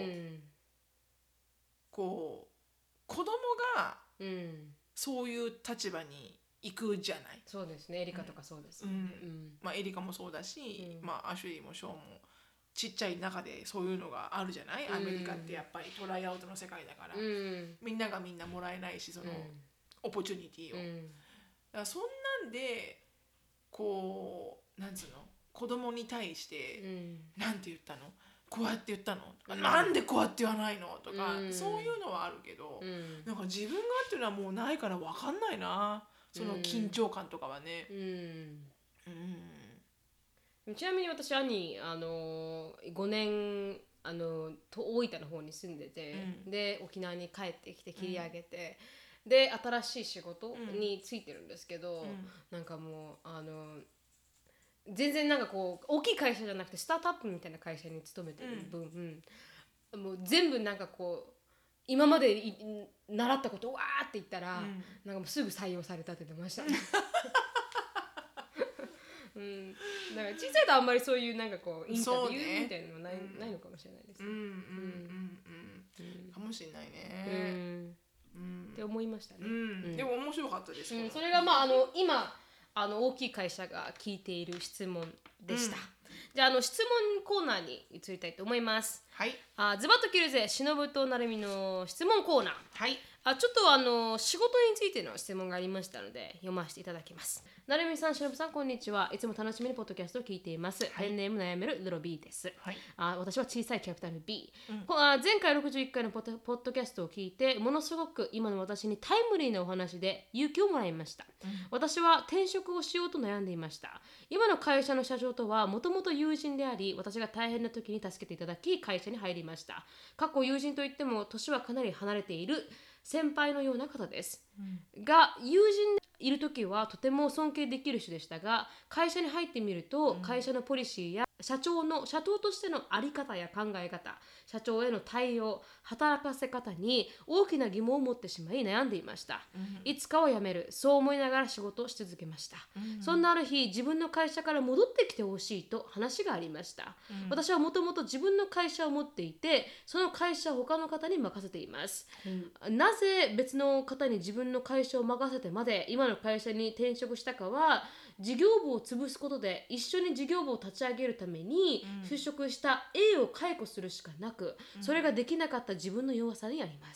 こう子供がそういう立場に行くじゃない。 そうですね。エリカとかそうですよね。 まあエリカもそうだし、まあアシュリーもショーもちっちゃい中でそういうのがあるじゃない。アメリカってやっぱりトライアウトの世界だから、みんながみんなもらえないし、そのオポチュニティを、だからそんなんでこうなんつうの、子供に対して、なんて言ったの、こうやって言ったの、なんでこうやって言わないのとか、そういうのはあるけど、なんか自分がっていうのはもうないから分かんないな、その緊張感とかはね。 ちなみに私兄5年大分の方に住んでて、で沖縄に帰ってきて切り上げて、で新しい仕事に就いてるんですけど、なんかもう全然なんかこう大きい会社じゃなくてスタートアップみたいな会社に勤めてる分、もう全部なんかこう今まで習ったことをわーって言ったら、なんかもうすぐ採用されたって言ってましたね。だから小さいとあんまりそういうなんかこうインタビューみたいなのはないのかもしれないですね。 かもしれないね。 って思いましたね。 でも面白かったです。 それがまあ今大きい会社が聞いている質問でした。じゃあ質問コーナーに移りたいと思います。 はい。 ズバッと切るぜ、しのぶとなるみの質問コーナー。 はい。 ちょっと仕事についての質問がありましたので読ませていただきます。なるみさん、しのぶさん、こんにちは。いつも楽しみにポッドキャストを聞いています。ペンネーム悩めるルロ B です。 はい、 私は小さいキャピタル B。前回61回のポッドキャストを聞いて、ものすごく今の私にタイムリーなお話で勇気をもらいました。私は転職をしようと悩んでいました。今の会社の社長とはもともと友人であり、私が大変な時に助けていただき、会社に入りました。過去友人といっても年はかなり離れている先輩のような方です、が友人でいる時はとても尊敬できる人でしたが、会社に入ってみると、会社のポリシーや社長としての在り方や考え方、社長への対応、働かせ方に大きな疑問を持ってしまい悩んでいました、いつかは辞める、そう思いながら仕事をし続けました、そんなある日、自分の会社から戻ってきてほしいと話がありました、私はもともと自分の会社を持っていて、その会社を他の方に任せています、なぜ別の方に自分の会社を任せてまで今の会社に転職したかは、事業部を潰すことで一緒に事業部を立ち上げるために就職した A を解雇するしかなく、それができなかった自分の弱さにあります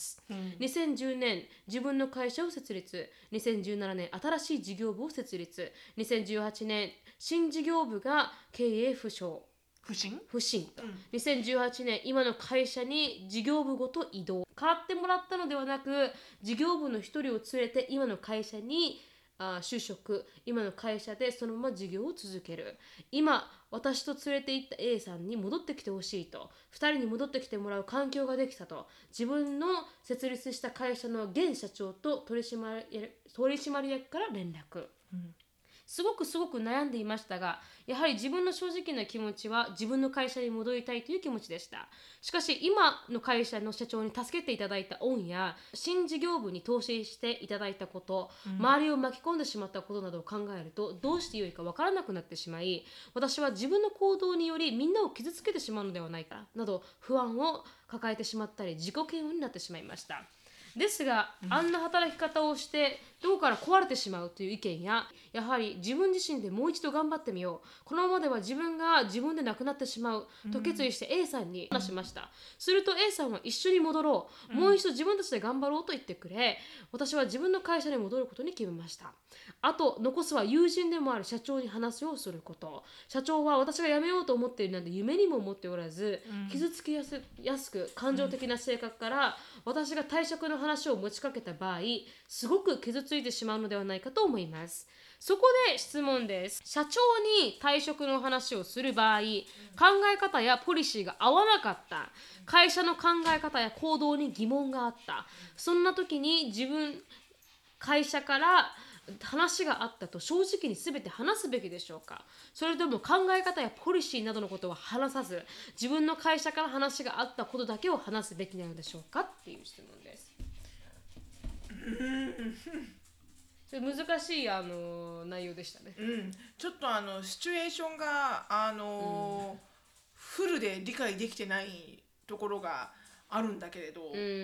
、2010年自分の会社を設立、2017年新しい事業部を設立、2018年新事業部が経営不振と、2018年今の会社に事業部ごと移動、変わってもらったのではなく、事業部の一人を連れて今の会社に就職、今の会社でそのまま事業を続ける、今私と連れて行った A さんに戻ってきてほしいと、2人に戻ってきてもらう環境ができたと、自分の設立した会社の現社長と取締役から連絡、すごく悩んでいましたが、やはり自分の正直な気持ちは自分の会社に戻りたいという気持ちでした。しかし今の会社の社長に助けていただいた恩や新事業部に投資していただいたこと、周りを巻き込んでしまったことなどを考えると、どうしてよいか分からなくなってしまい、私は自分の行動によりみんなを傷つけてしまうのではないかなど不安を抱えてしまったり、自己嫌悪になってしまいました。ですが、あんな働き方をしてどこから壊れてしまうという意見や、やはり自分自身でもう一度頑張ってみよう、このままでは自分が自分でなくなってしまうと決意して A さんに話しました、すると A さんは一緒に戻ろう、もう一度自分たちで頑張ろうと言ってくれ、私は自分の会社に戻ることに決めました。あと残すは友人でもある社長に話をすること。社長は私が辞めようと思っているなんて夢にも思っておらず、傷つきやすく感情的な性格から、私が退職の話を持ちかけた場合、すごく傷ついてしまうのではないかと思います。 そこで質問です。社長に退職の話をする場合、考え方やポリシーが合わなかった、会社の考え方や行動に疑問があった、そんな時に会社から話があったと正直に全て話すべきでしょうか。それとも考え方やポリシーなどのことは話さず、自分の会社から話があったことだけを話すべきなのでしょうかっていう質問です。それ難しい内容でしたね。 ちょっとシチュエーションがフルで理解できてないところがあるんだけれど、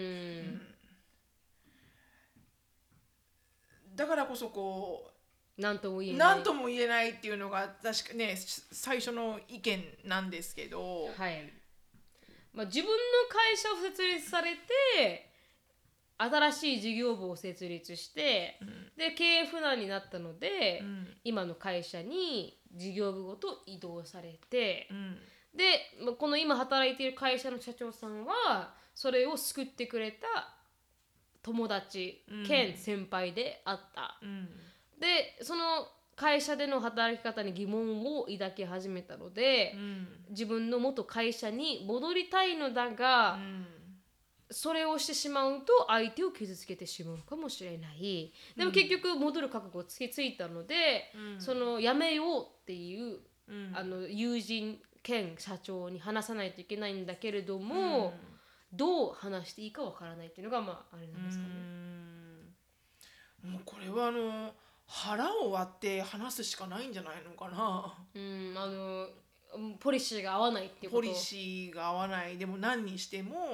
だからこそこう何とも言えないっていうのが確かね最初の意見なんですけど、 はい、自分の会社を設立されて新しい事業部を設立して、で経営不難になったので、今の会社に事業部ごと移動されて、でこの今働いている会社の社長さんはそれを救ってくれた友達兼先輩であった、でその会社での働き方に疑問を抱き始めたので、自分の元会社に戻りたいのだが、それをしてしまうと相手を傷つけてしまうかもしれない。でも結局戻る覚悟をついたので、その辞めようっていう、友人兼社長に話さないといけないんだけれども、どう話していいかわからないっていうのがあれなんですかね。 もうこれは腹を割って話すしかないんじゃないのかな。 ポリシーが合わないっていうこと。 ポリシーが合わない。でも何にしても、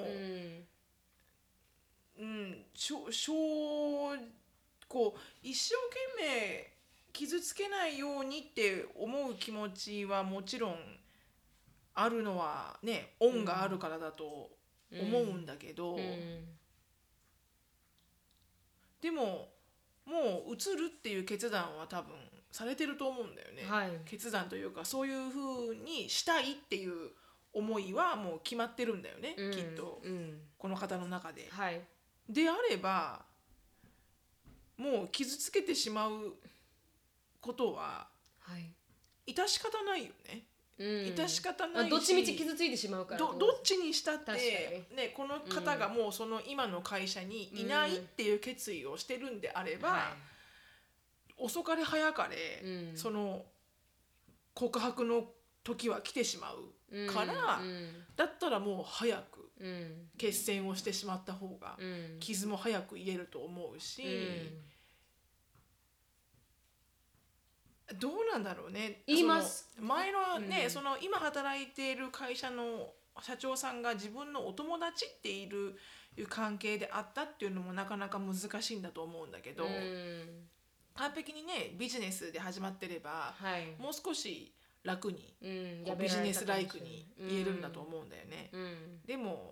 こう一生懸命傷つけないようにって思う気持ちはもちろんあるのはね、恩があるからだと思うんだけど、でももう移るっていう決断は多分されてると思うんだよね、決断というかそういう風にしたいっていう思いはもう決まってるんだよね、きっと、この方の中で、であればもう傷つけてしまうことは致し方ないよね、致し方ないし、 どっちみち傷ついてしまうから、 どっちにしたって、ね、この方がもうその今の会社にいないっていう決意をしてるんであれば、遅かれ早かれ、その告白の時は来てしまうから、だったらもう早く決戦をしてしまった方が傷も早く癒えると思うし、どうなんだろうね。 言います。 前のね、その今働いている会社の社長さんが自分のお友達っていう関係であったっていうのもなかなか難しいんだと思うんだけど、完璧にねビジネスで始まってれば、もう少し楽に、ビジネスライクに言えるんだと思うんだよね、でも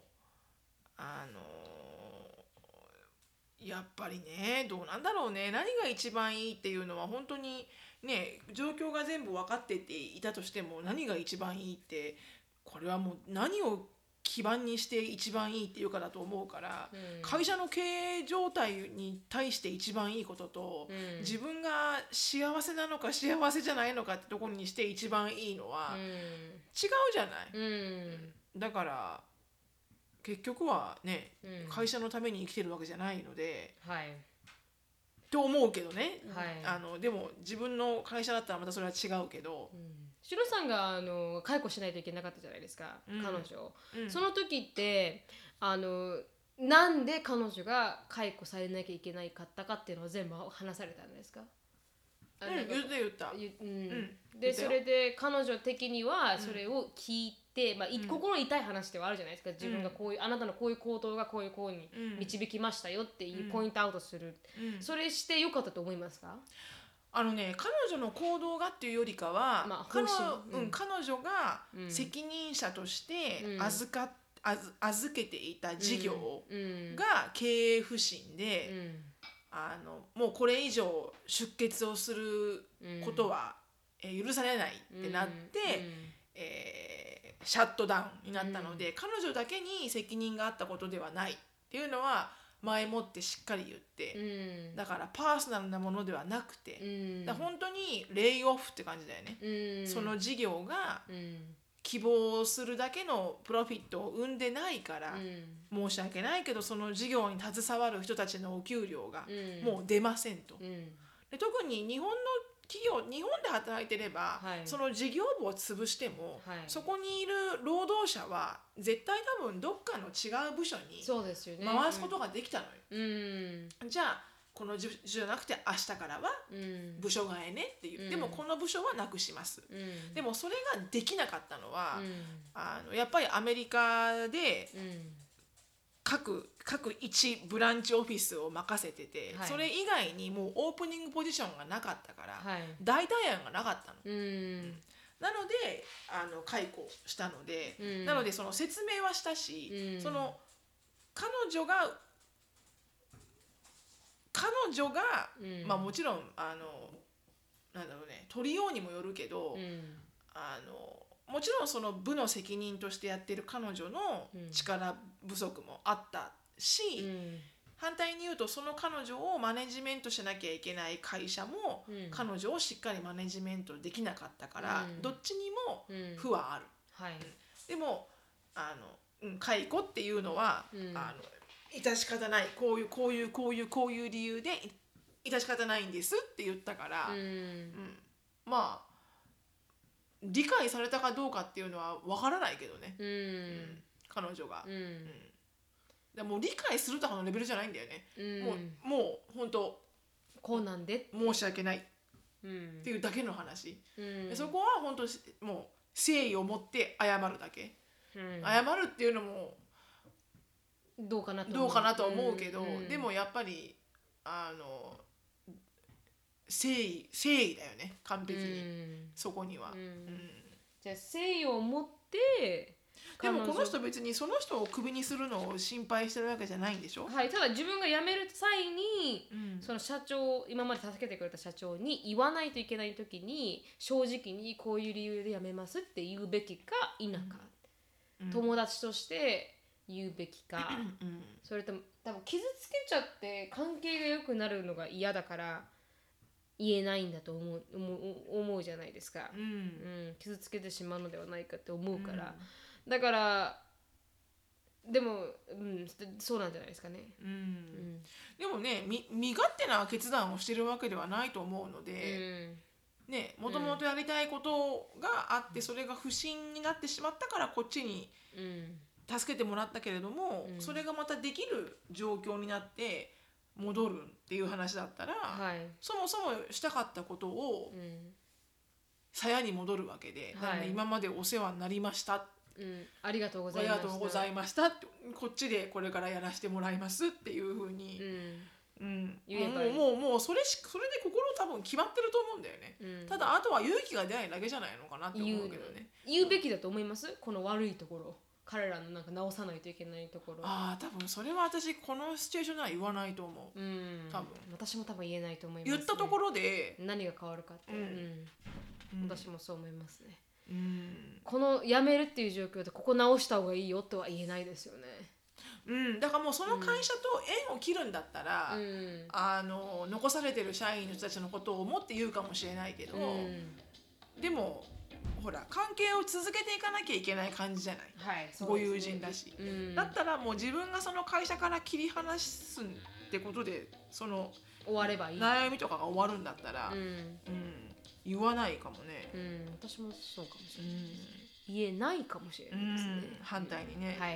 やっぱりね、どうなんだろうね、何が一番いいっていうのは本当にね、状況が全部分かってていたとしても何が一番いいって、これはもう何を基盤にして一番いいっていうかだと思うから、会社の経営状態に対して一番いいことと、自分が幸せなのか幸せじゃないのかってところにして一番いいのは違うじゃない、だから結局はね、会社のために生きてるわけじゃないので、と思うけどね、でも自分の会社だったらまたそれは違うけど、 シロさんが解雇しないといけなかったじゃないですか、彼女、その時ってなんで彼女が解雇されなきゃいけないかったかっていうのを全部話されたんですか？ 言った、 でそれで彼女的にはそれを聞いて、心痛い話ではあるじゃないですか、自分がこういう、あなたのこういう行動がこういう行為に導きましたよっていうポイントアウトする、それしてよかったと思いますか？ 彼女の行動がっていうよりかは、彼女が責任者として預けていた事業が経営不振で、もうこれ以上出血をすることは許されないってなって、シャットダウンになったので、彼女だけに責任があったことではないっていうのは前もってしっかり言って、だからパーソナルなものではなくて、だから本当にレイオフって感じだよね、その事業が希望するだけのプロフィットを生んでないから、申し訳ないけどその事業に携わる人たちのお給料がもう出ませんと、で特に日本の企業、日本で働いてれば、その事業部を潰しても、そこにいる労働者は絶対多分どっかの違う部署に回すことができたのよ、じゃあこの部署じゃなくて明日からは部署替えねっていう、でもこの部署はなくします、でもそれができなかったのは、やっぱりアメリカで、各1ブランチオフィスを任せてて、それ以外にもうオープニングポジションがなかったから、代替案がなかったの、なので解雇したので、なのでその説明はしたし、その彼女が、まあもちろんなんだろうね、取りようにもよるけど、もちろんその部の責任としてやってる彼女の力不足もあったし、反対に言うとその彼女をマネジメントしなきゃいけない会社も、彼女をしっかりマネジメントできなかったから、どっちにも負はある、でも解雇っていうのは、致し方ない、こういう理由で致し方ないんですって言ったから、まあ理解されたかどうかっていうのは分からないけどね、彼女が、でもう理解するとかのレベルじゃないんだよね、もう本当こうなんで申し訳ないっていうだけの話、でそこは本当もう誠意を持って謝るだけ、謝るっていうのもどうかなと思うけど、でもやっぱり誠意だよね、完璧に、そこには、 じゃあ誠意を持って、 でもこの人別にその人をクビにするのを心配してるわけじゃないんでしょ。 ただ自分が辞める際に、その社長、今まで助けてくれた社長に言わないといけない時に正直にこういう理由で辞めますって言うべきか否か、友達として言うべきか、それとも多分傷つけちゃって関係が良くなるのが嫌だから言えないんだと思うじゃないですか、傷つけてしまうのではないかって思うから、だからでも、そうなんじゃないですかね、 でもね、身勝手な決断をしてるわけではないと思うので、もともとやりたいことがあって、それが不審になってしまったからこっちに助けてもらったけれども、それがまたできる状況になって戻るっていう話だったら、そもそもしたかったことを鞘に戻るわけで、今までお世話になりました、 ありがとうございましたってこっちでこれからやらせてもらいますっていうふうに、 言えばいい。 もうそれで心多分決まってると思うんだよね、ただあとは勇気が出ないだけじゃないのかなって思うけどね。 言うべきだと思います、この悪いところ、彼らのなんか直さないといけないところ。 多分それは私このシチュエーションでは言わないと思う、多分私も多分言えないと思います、ね、 言ったところで何が変わるかって、私もそう思いますね、この辞めるっていう状況でここ直した方がいいよとは言えないですよね。 だからもうその会社と縁を切るんだったら、残されてる社員の人たちのことを思って言うかもしれないけど、でもほら関係を続けていかなきゃいけない感じじゃない、ご友人だし、だったらもう自分がその会社から切り離すってことでその終わればいい、 悩みとかが終わるんだったら、言わないかもね、 私もそうかもしれない、言えないかもしれないですね、 反対にね、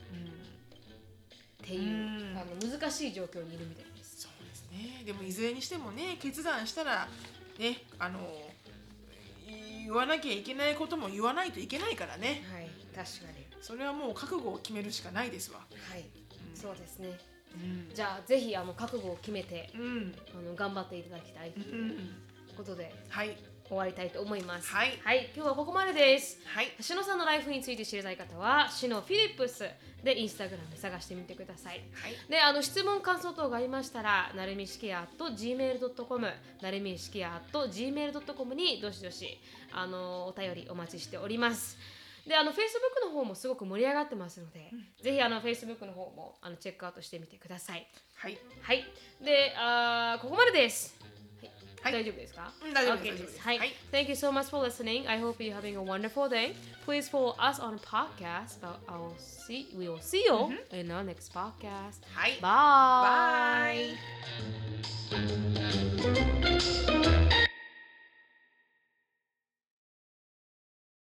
っていう難しい状況にいるみたいです。 そうですね。でもいずれにしてもね、決断したらね、言わなきゃいけないことも言わないといけないからね。 確かに。 それはもう覚悟を決めるしかないですわ。 そうですね。じゃあぜひ覚悟を決めて、頑張っていただきたいということで、終わりたいと思います。今日はここまでです。しのさんのライフについて知りたい方はしのフィリップスでインスタグラム探してみてください。で質問感想等がありましたらなるみしきや @gmail.com なるみしきや @gmail.com にどしどしお便りお待ちしております。 でFacebook の方もすごく盛り上がってますので、ぜひFacebook の方もチェックアウトしてみてください。 はい。 はい。で、ここまでです。 はい、 大丈夫ですか？ 大丈夫です。 はい。Thank you so much for listening. I hope you're having a wonderful day. Please follow us on podcast. We will see you in our next podcast. はい。 Bye. Bye.